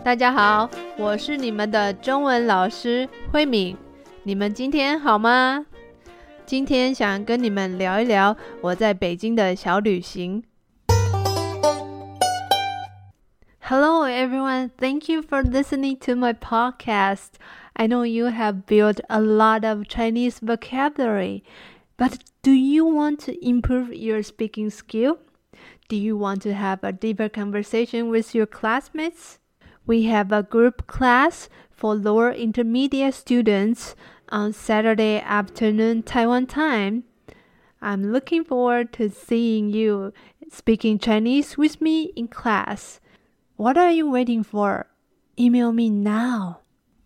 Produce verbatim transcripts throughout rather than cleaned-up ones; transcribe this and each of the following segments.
大家好，我是你们的中文老师慧敏，你们今天好吗？今天想跟你们聊一聊我在北京的小旅行。Hello everyone, thank you for listening to my podcast. I know you have built a lot of Chinese vocabulary, but do you want to improve your speaking skill? Do you want to have a deeper conversation with your classmates? We have a group class for lower intermediate students on Saturday afternoon Taiwan time. I'm looking forward to seeing you speaking Chinese with me in class. What are you waiting for? Email me now.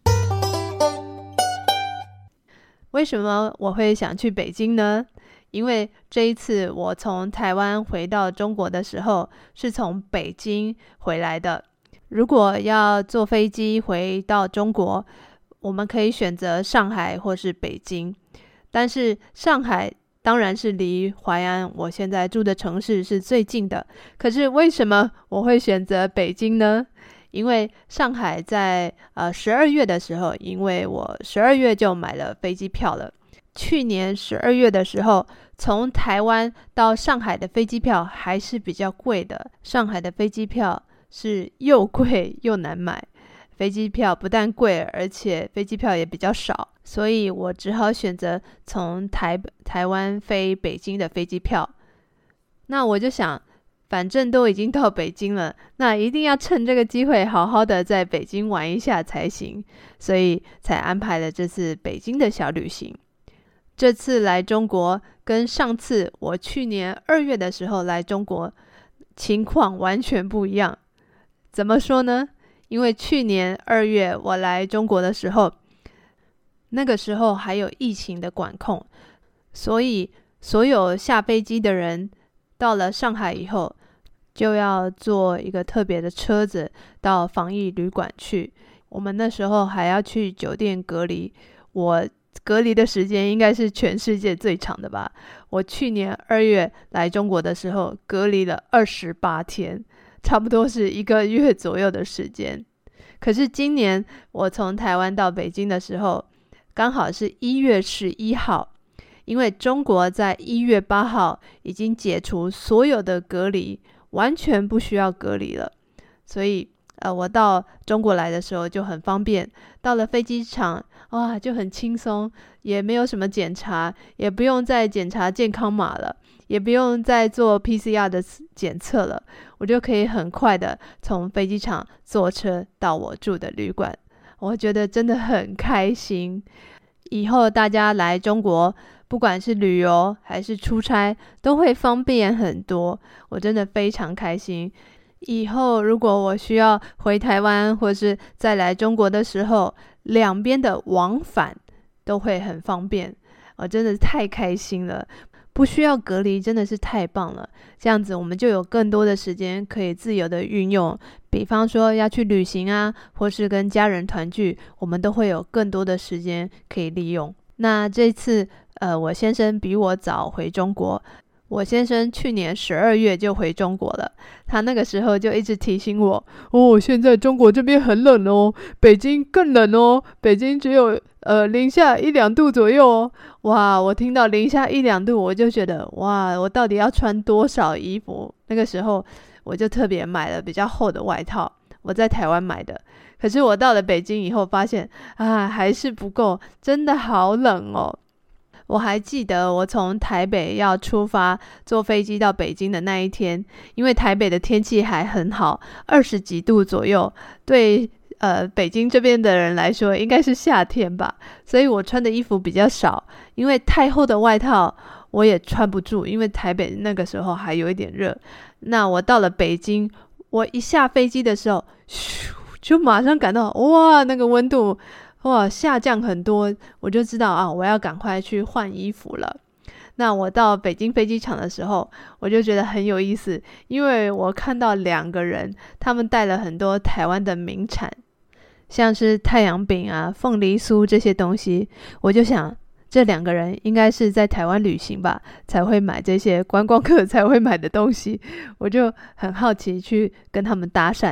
为什么我会想去北京呢？因为这一次我从台湾回到中国的时候，是从北京回来的。如果要坐飞机回到中国，我们可以选择上海或是北京。但是上海当然是离淮安我现在住的城市是最近的，可是为什么我会选择北京呢？因为上海在呃十二月的时候，因为我十二月就买了飞机票了。去年十二月的时候，从台湾到上海的飞机票还是比较贵的。上海的飞机票是又贵又难买，飞机票不但贵，而且飞机票也比较少，所以我只好选择从台台湾飞北京的飞机票。那我就想，反正都已经到北京了，那一定要趁这个机会好好的在北京玩一下才行，所以才安排了这次北京的小旅行。这次来中国跟上次我去年二月的时候来中国情况完全不一样。怎么说呢？因为去年二月我来中国的时候，那个时候还有疫情的管控，所以所有下飞机的人到了上海以后，就要坐一个特别的车子到防疫旅馆去。我们那时候还要去酒店隔离，我隔离的时间应该是全世界最长的吧。我去年二月来中国的时候，隔离了二十八天，差不多是一个月左右的时间。可是今年我从台湾到北京的时候，刚好是一月十一号，因为中国在一月八号已经解除所有的隔离，完全不需要隔离了。所以呃，我到中国来的时候就很方便，到了飞机场哇，就很轻松，也没有什么检查，也不用再检查健康码了，也不用再做 P C R 的检测了，我就可以很快的从飞机场坐车到我住的旅馆。我觉得真的很开心。以后大家来中国，不管是旅游还是出差，都会方便很多，我真的非常开心。以后如果我需要回台湾或是再来中国的时候，两边的往返都会很方便，我真的太开心了。不需要隔离真的是太棒了，这样子我们就有更多的时间可以自由的运用，比方说要去旅行啊，或是跟家人团聚，我们都会有更多的时间可以利用。那这次呃，我先生比我早回中国，我先生去年十二月就回中国了，他那个时候就一直提醒我，哦，现在中国这边很冷哦，北京更冷哦，北京只有呃零下一两度左右哦。哇，我听到零下一两度，我就觉得哇，我到底要穿多少衣服？那个时候我就特别买了比较厚的外套，我在台湾买的。可是我到了北京以后发现啊，还是不够，真的好冷哦。我还记得我从台北要出发坐飞机到北京的那一天，因为台北的天气还很好，二十几度左右，对呃北京这边的人来说应该是夏天吧，所以我穿的衣服比较少，因为太厚的外套我也穿不住，因为台北那个时候还有一点热。那我到了北京，我一下飞机的时候，咻，就马上感到哇，那个温度哇下降很多，我就知道啊，我要赶快去换衣服了。那我到北京飞机场的时候，我就觉得很有意思，因为我看到两个人，他们带了很多台湾的名产，像是太阳饼啊、凤梨酥这些东西，我就想这两个人应该是在台湾旅行吧，才会买这些观光客才会买的东西。我就很好奇去跟他们搭讪，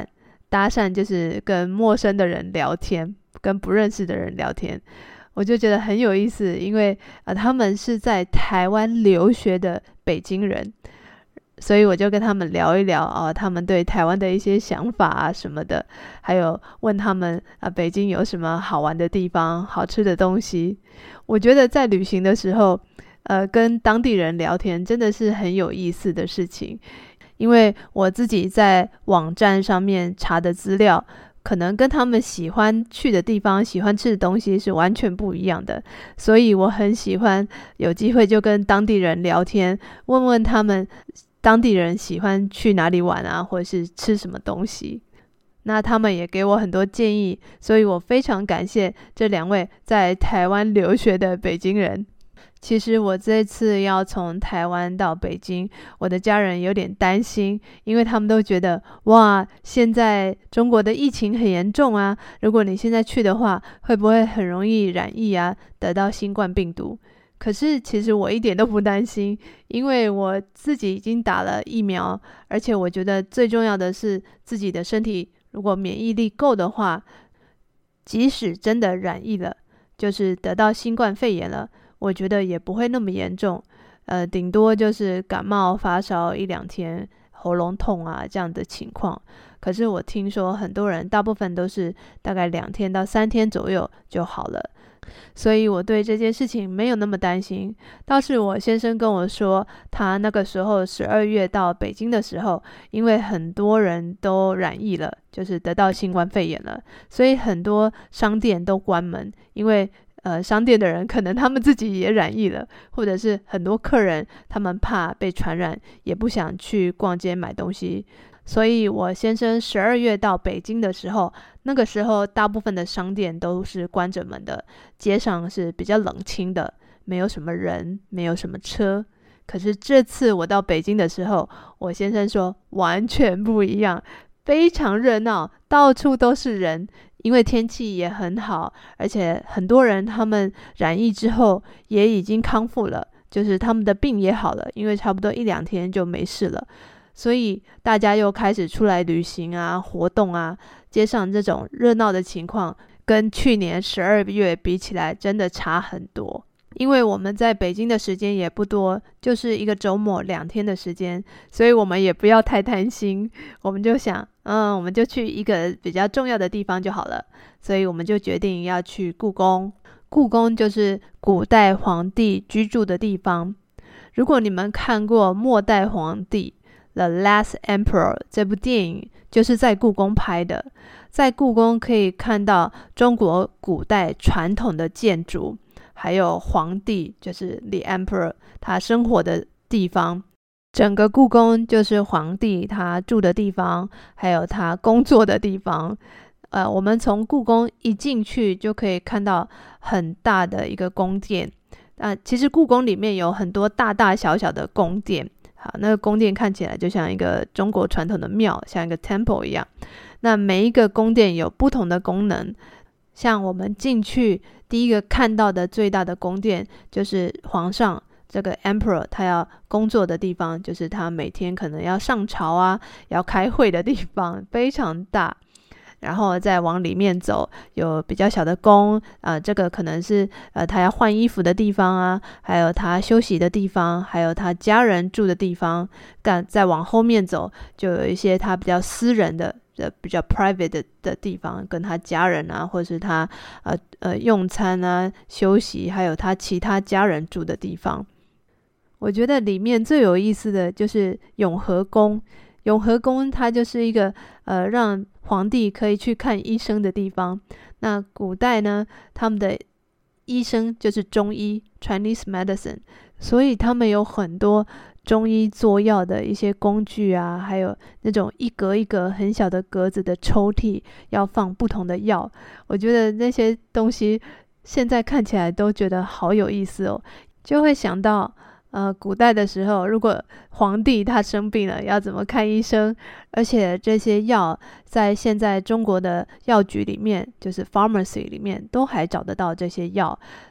搭讪就是跟陌生的人聊天，跟不认识的人聊天，我就觉得很有意思，因为、呃、他们是在台湾留学的北京人，所以我就跟他们聊一聊、哦、他们对台湾的一些想法啊什么的，还有问他们、啊、北京有什么好玩的地方，好吃的东西。我觉得在旅行的时候呃，跟当地人聊天真的是很有意思的事情，因为我自己在网站上面查的资料可能跟他们喜欢去的地方，喜欢吃的东西是完全不一样的，所以我很喜欢有机会就跟当地人聊天，问问他们当地人喜欢去哪里玩啊，或者是吃什么东西。那他们也给我很多建议，所以我非常感谢这两位在台湾留学的北京人。其实我这次要从台湾到北京，我的家人有点担心，因为他们都觉得哇，现在中国的疫情很严重啊，如果你现在去的话，会不会很容易染疫啊，得到新冠病毒。可是其实我一点都不担心，因为我自己已经打了疫苗，而且我觉得最重要的是自己的身体如果免疫力够的话，即使真的染疫了，就是得到新冠肺炎了，我觉得也不会那么严重，呃，顶多就是感冒发烧一两天，喉咙痛啊这样的情况。可是我听说很多人大部分都是大概两天到三天左右就好了，所以我对这件事情没有那么担心。倒是我先生跟我说，他那个时候十二月到北京的时候，因为很多人都染疫了，就是得到新冠肺炎了，所以很多商店都关门，因为呃，商店的人可能他们自己也染疫了，或者是很多客人他们怕被传染，也不想去逛街买东西。所以我先生十二月到北京的时候，那个时候大部分的商店都是关着门的，街上是比较冷清的，没有什么人，没有什么车。可是这次我到北京的时候，我先生说完全不一样，非常热闹，到处都是人，因为天气也很好，而且很多人他们染疫之后也已经康复了，就是他们的病也好了，因为差不多一两天就没事了，所以大家又开始出来旅行啊，活动啊，街上这种热闹的情况跟去年十二月比起来真的差很多。因为我们在北京的时间也不多，就是一个周末两天的时间，所以我们也不要太贪心，我们就想嗯，我们就去一个比较重要的地方就好了，所以我们就决定要去故宫。故宫就是古代皇帝居住的地方。如果你们看过《末代皇帝》The Last Emperor 这部电影，就是在故宫拍的。在故宫可以看到中国古代传统的建筑，还有皇帝就是 The Emperor 他生活的地方。整个故宫就是皇帝他住的地方，还有他工作的地方。呃，我们从故宫一进去就可以看到很大的一个宫殿。呃，其实故宫里面有很多大大小小的宫殿，好，那个宫殿看起来就像一个中国传统的庙，像一个 temple 一样。那每一个宫殿有不同的功能，像我们进去第一个看到的最大的宫殿就是皇上这个 emperor 他要工作的地方，就是他每天可能要上朝啊，要开会的地方，非常大。然后再往里面走，有比较小的宫，呃，这个可能是呃他要换衣服的地方啊，还有他休息的地方，还有他家人住的地方。但再往后面走，就有一些他比较私人的、呃比较 private 的, 的地方，跟他家人啊，或是他呃呃用餐啊、休息，还有他其他家人住的地方。我觉得里面最有意思的就是永和宫。永和宫它就是一个呃让皇帝可以去看医生的地方。那古代呢，他们的医生就是中医 Chinese medicine， 所以他们有很多中医做药的一些工具啊，还有那种一格一格很小的格子的抽屉，要放不同的药。我觉得那些东西现在看起来都觉得好有意思哦，就会想到呃，古代的时候，如果皇帝他生病了，要怎么看医生？而且这些药在现在中国的药局里面，就是 pharmacy 里面都还找得到这些药。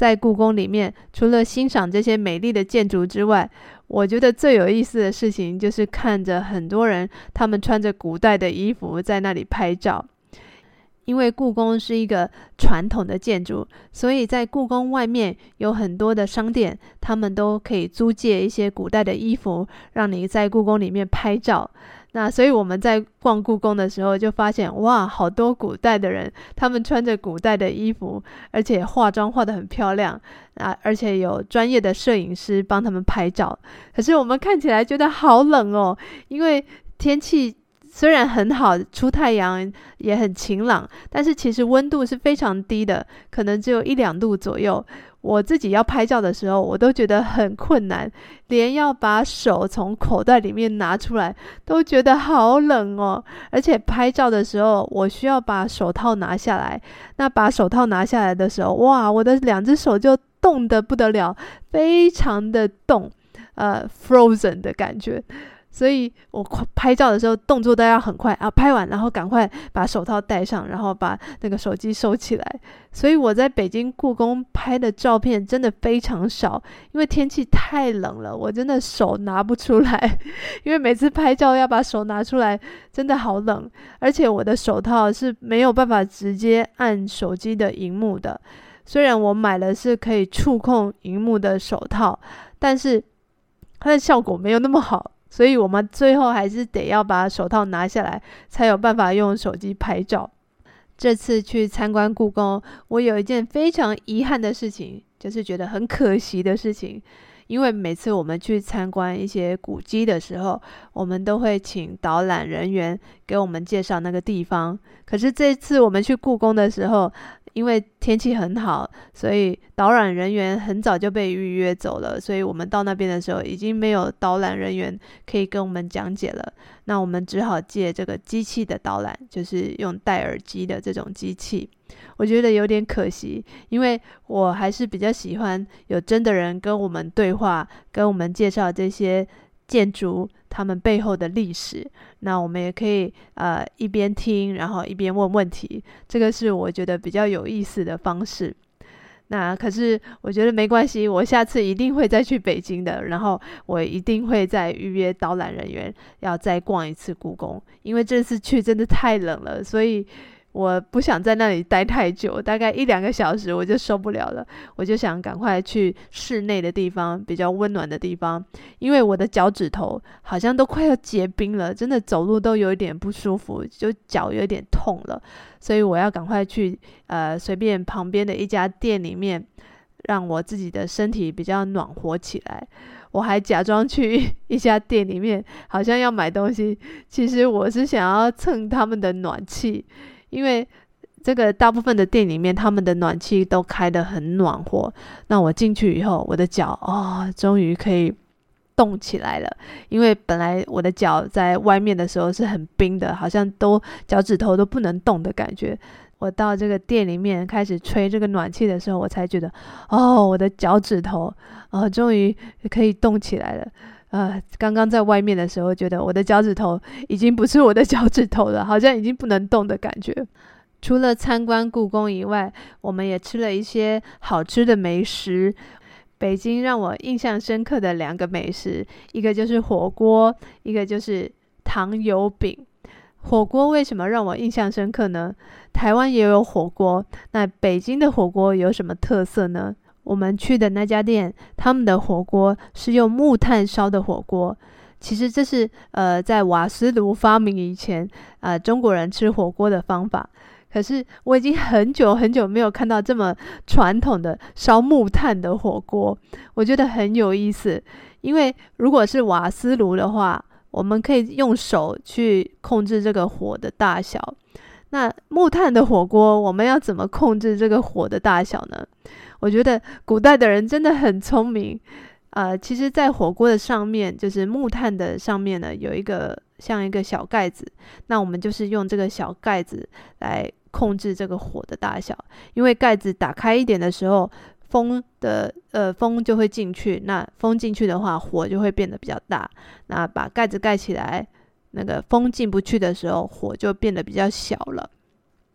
在故宫里面，除了欣赏这些美丽的建筑之外，我觉得最有意思的事情就是看着很多人他们穿着古代的衣服在那里拍照。因为故宫是一个传统的建筑，所以在故宫外面有很多的商店，他们都可以租借一些古代的衣服，让你在故宫里面拍照。那所以我们在逛故宫的时候就发现，哇，好多古代的人，他们穿着古代的衣服，而且化妆化得很漂亮啊，而且有专业的摄影师帮他们拍照。可是我们看起来觉得好冷哦，因为天气虽然很好，出太阳也很晴朗，但是其实温度是非常低的，可能只有一两度左右。我自己要拍照的时候，我都觉得很困难，连要把手从口袋里面拿出来都觉得好冷哦。而且拍照的时候，我需要把手套拿下来，那把手套拿下来的时候，哇，我的两只手就冻得不得了，非常的冻，呃 frozen 的感觉。所以我拍照的时候动作都要很快啊，拍完然后赶快把手套戴上，然后把那个手机收起来。所以我在北京故宫拍的照片真的非常少，因为天气太冷了，我真的手拿不出来，因为每次拍照要把手拿出来真的好冷，而且我的手套是没有办法直接按手机的荧幕的。虽然我买了是可以触控荧幕的手套，但是它的效果没有那么好，所以我们最后还是得要把手套拿下来，才有办法用手机拍照。这次去参观故宫，我有一件非常遗憾的事情，就是觉得很可惜的事情。因为每次我们去参观一些古迹的时候，我们都会请导览人员给我们介绍那个地方。可是这次我们去故宫的时候，因为天气很好，所以导览人员很早就被预约走了，所以我们到那边的时候已经没有导览人员可以跟我们讲解了。那我们只好借这个机器的导览，就是用戴耳机的这种机器。我觉得有点可惜，因为我还是比较喜欢有真的人跟我们对话，跟我们介绍这些建筑他们背后的历史。那我们也可以呃一边听，然后一边问问题，这个是我觉得比较有意思的方式。那可是我觉得没关系，我下次一定会再去北京的，然后我一定会再预约导览人员，要再逛一次故宫。因为这次去真的太冷了，所以我不想在那里待太久，大概一两个小时我就受不了了，我就想赶快去室内的地方，比较温暖的地方。因为我的脚趾头好像都快要结冰了，真的走路都有一点不舒服，就脚有点痛了，所以我要赶快去呃随便旁边的一家店里面，让我自己的身体比较暖和起来。我还假装去一家店里面好像要买东西，其实我是想要蹭他们的暖气，因为这个大部分的店里面他们的暖气都开得很暖和。那我进去以后，我的脚哦终于可以动起来了，因为本来我的脚在外面的时候是很冰的，好像都脚趾头都不能动的感觉。我到这个店里面开始吹这个暖气的时候，我才觉得哦，我的脚趾头哦终于可以动起来了。呃，刚刚在外面的时候觉得我的脚趾头已经不是我的脚趾头了，好像已经不能动的感觉。除了参观故宫以外，我们也吃了一些好吃的美食。北京让我印象深刻的两个美食，一个就是火锅，一个就是糖油饼。火锅为什么让我印象深刻呢？台湾也有火锅，那北京的火锅有什么特色呢？我们去的那家店，他们的火锅是用木炭烧的火锅。其实这是呃在瓦斯炉发明以前，呃中国人吃火锅的方法。可是我已经很久很久没有看到这么传统的烧木炭的火锅，我觉得很有意思。因为如果是瓦斯炉的话，我们可以用手去控制这个火的大小。那木炭的火锅，我们要怎么控制这个火的大小呢？我觉得古代的人真的很聪明。呃，其实在火锅的上面，就是木炭的上面呢，有一个像一个小盖子，那我们就是用这个小盖子来控制这个火的大小。因为盖子打开一点的时候，风的呃风就会进去，那风进去的话，火就会变得比较大。那把盖子盖起来，那个风进不去的时候，火就变得比较小了。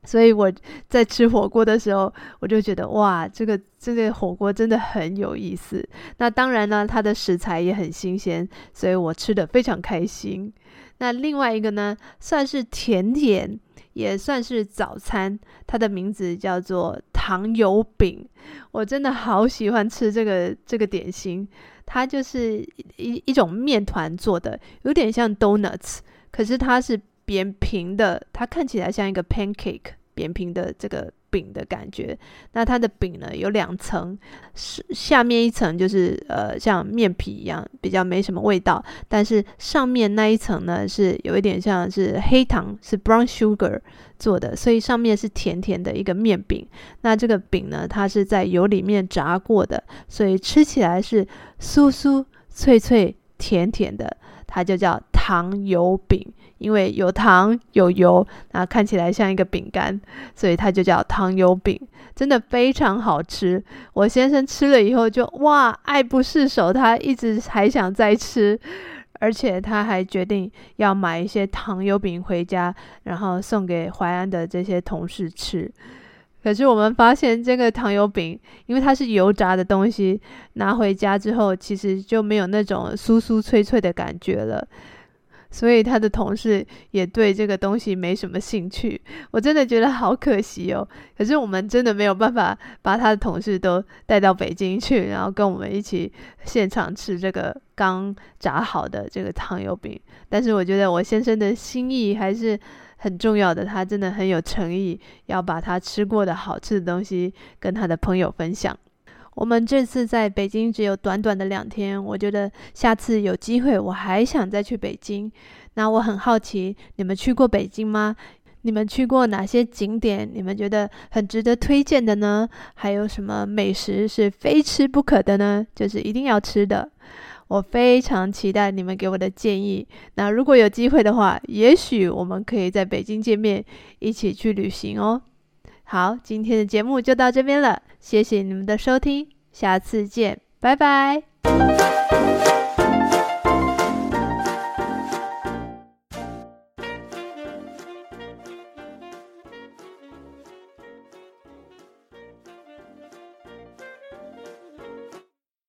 所以我在吃火锅的时候，我就觉得哇，这个这个火锅真的很有意思。那当然呢，它的食材也很新鲜，所以我吃得非常开心。那另外一个呢，算是甜点，也算是早餐，它的名字叫做糖油饼。我真的好喜欢吃这个这个点心，它就是一一种面团做的，有点像 donuts， 可是它是扁平的，它看起来像一个 pancake， 扁平的这个饼的感觉。那它的饼呢有两层，下面一层就是呃像面皮一样，比较没什么味道，但是上面那一层呢是有一点像是黑糖，是 brown sugar 做的，所以上面是甜甜的一个面饼。那这个饼呢，它是在油里面炸过的，所以吃起来是酥酥脆脆甜甜的，它就叫糖油饼。因为有糖有油，那看起来像一个饼干，所以它就叫糖油饼，真的非常好吃。我先生吃了以后就哇爱不释手，他一直还想再吃，而且他还决定要买一些糖油饼回家，然后送给淮安的这些同事吃。可是我们发现这个糖油饼，因为它是油炸的东西，拿回家之后其实就没有那种酥酥脆脆的感觉了，所以他的同事也对这个东西没什么兴趣。我真的觉得好可惜哦。可是我们真的没有办法把他的同事都带到北京去，然后跟我们一起现场吃这个刚炸好的这个糖油饼。但是我觉得我先生的心意还是很重要的，他真的很有诚意，要把他吃过的好吃的东西跟他的朋友分享。我们这次在北京只有短短的两天，我觉得下次有机会我还想再去北京。那我很好奇，你们去过北京吗？你们去过哪些景点？你们觉得很值得推荐的呢？还有什么美食是非吃不可的呢？就是一定要吃的。我非常期待你们给我的建议。那如果有机会的话，也许我们可以在北京见面，一起去旅行哦。好，今天的节目就到这边了，谢谢你们的收听，下次见，拜拜。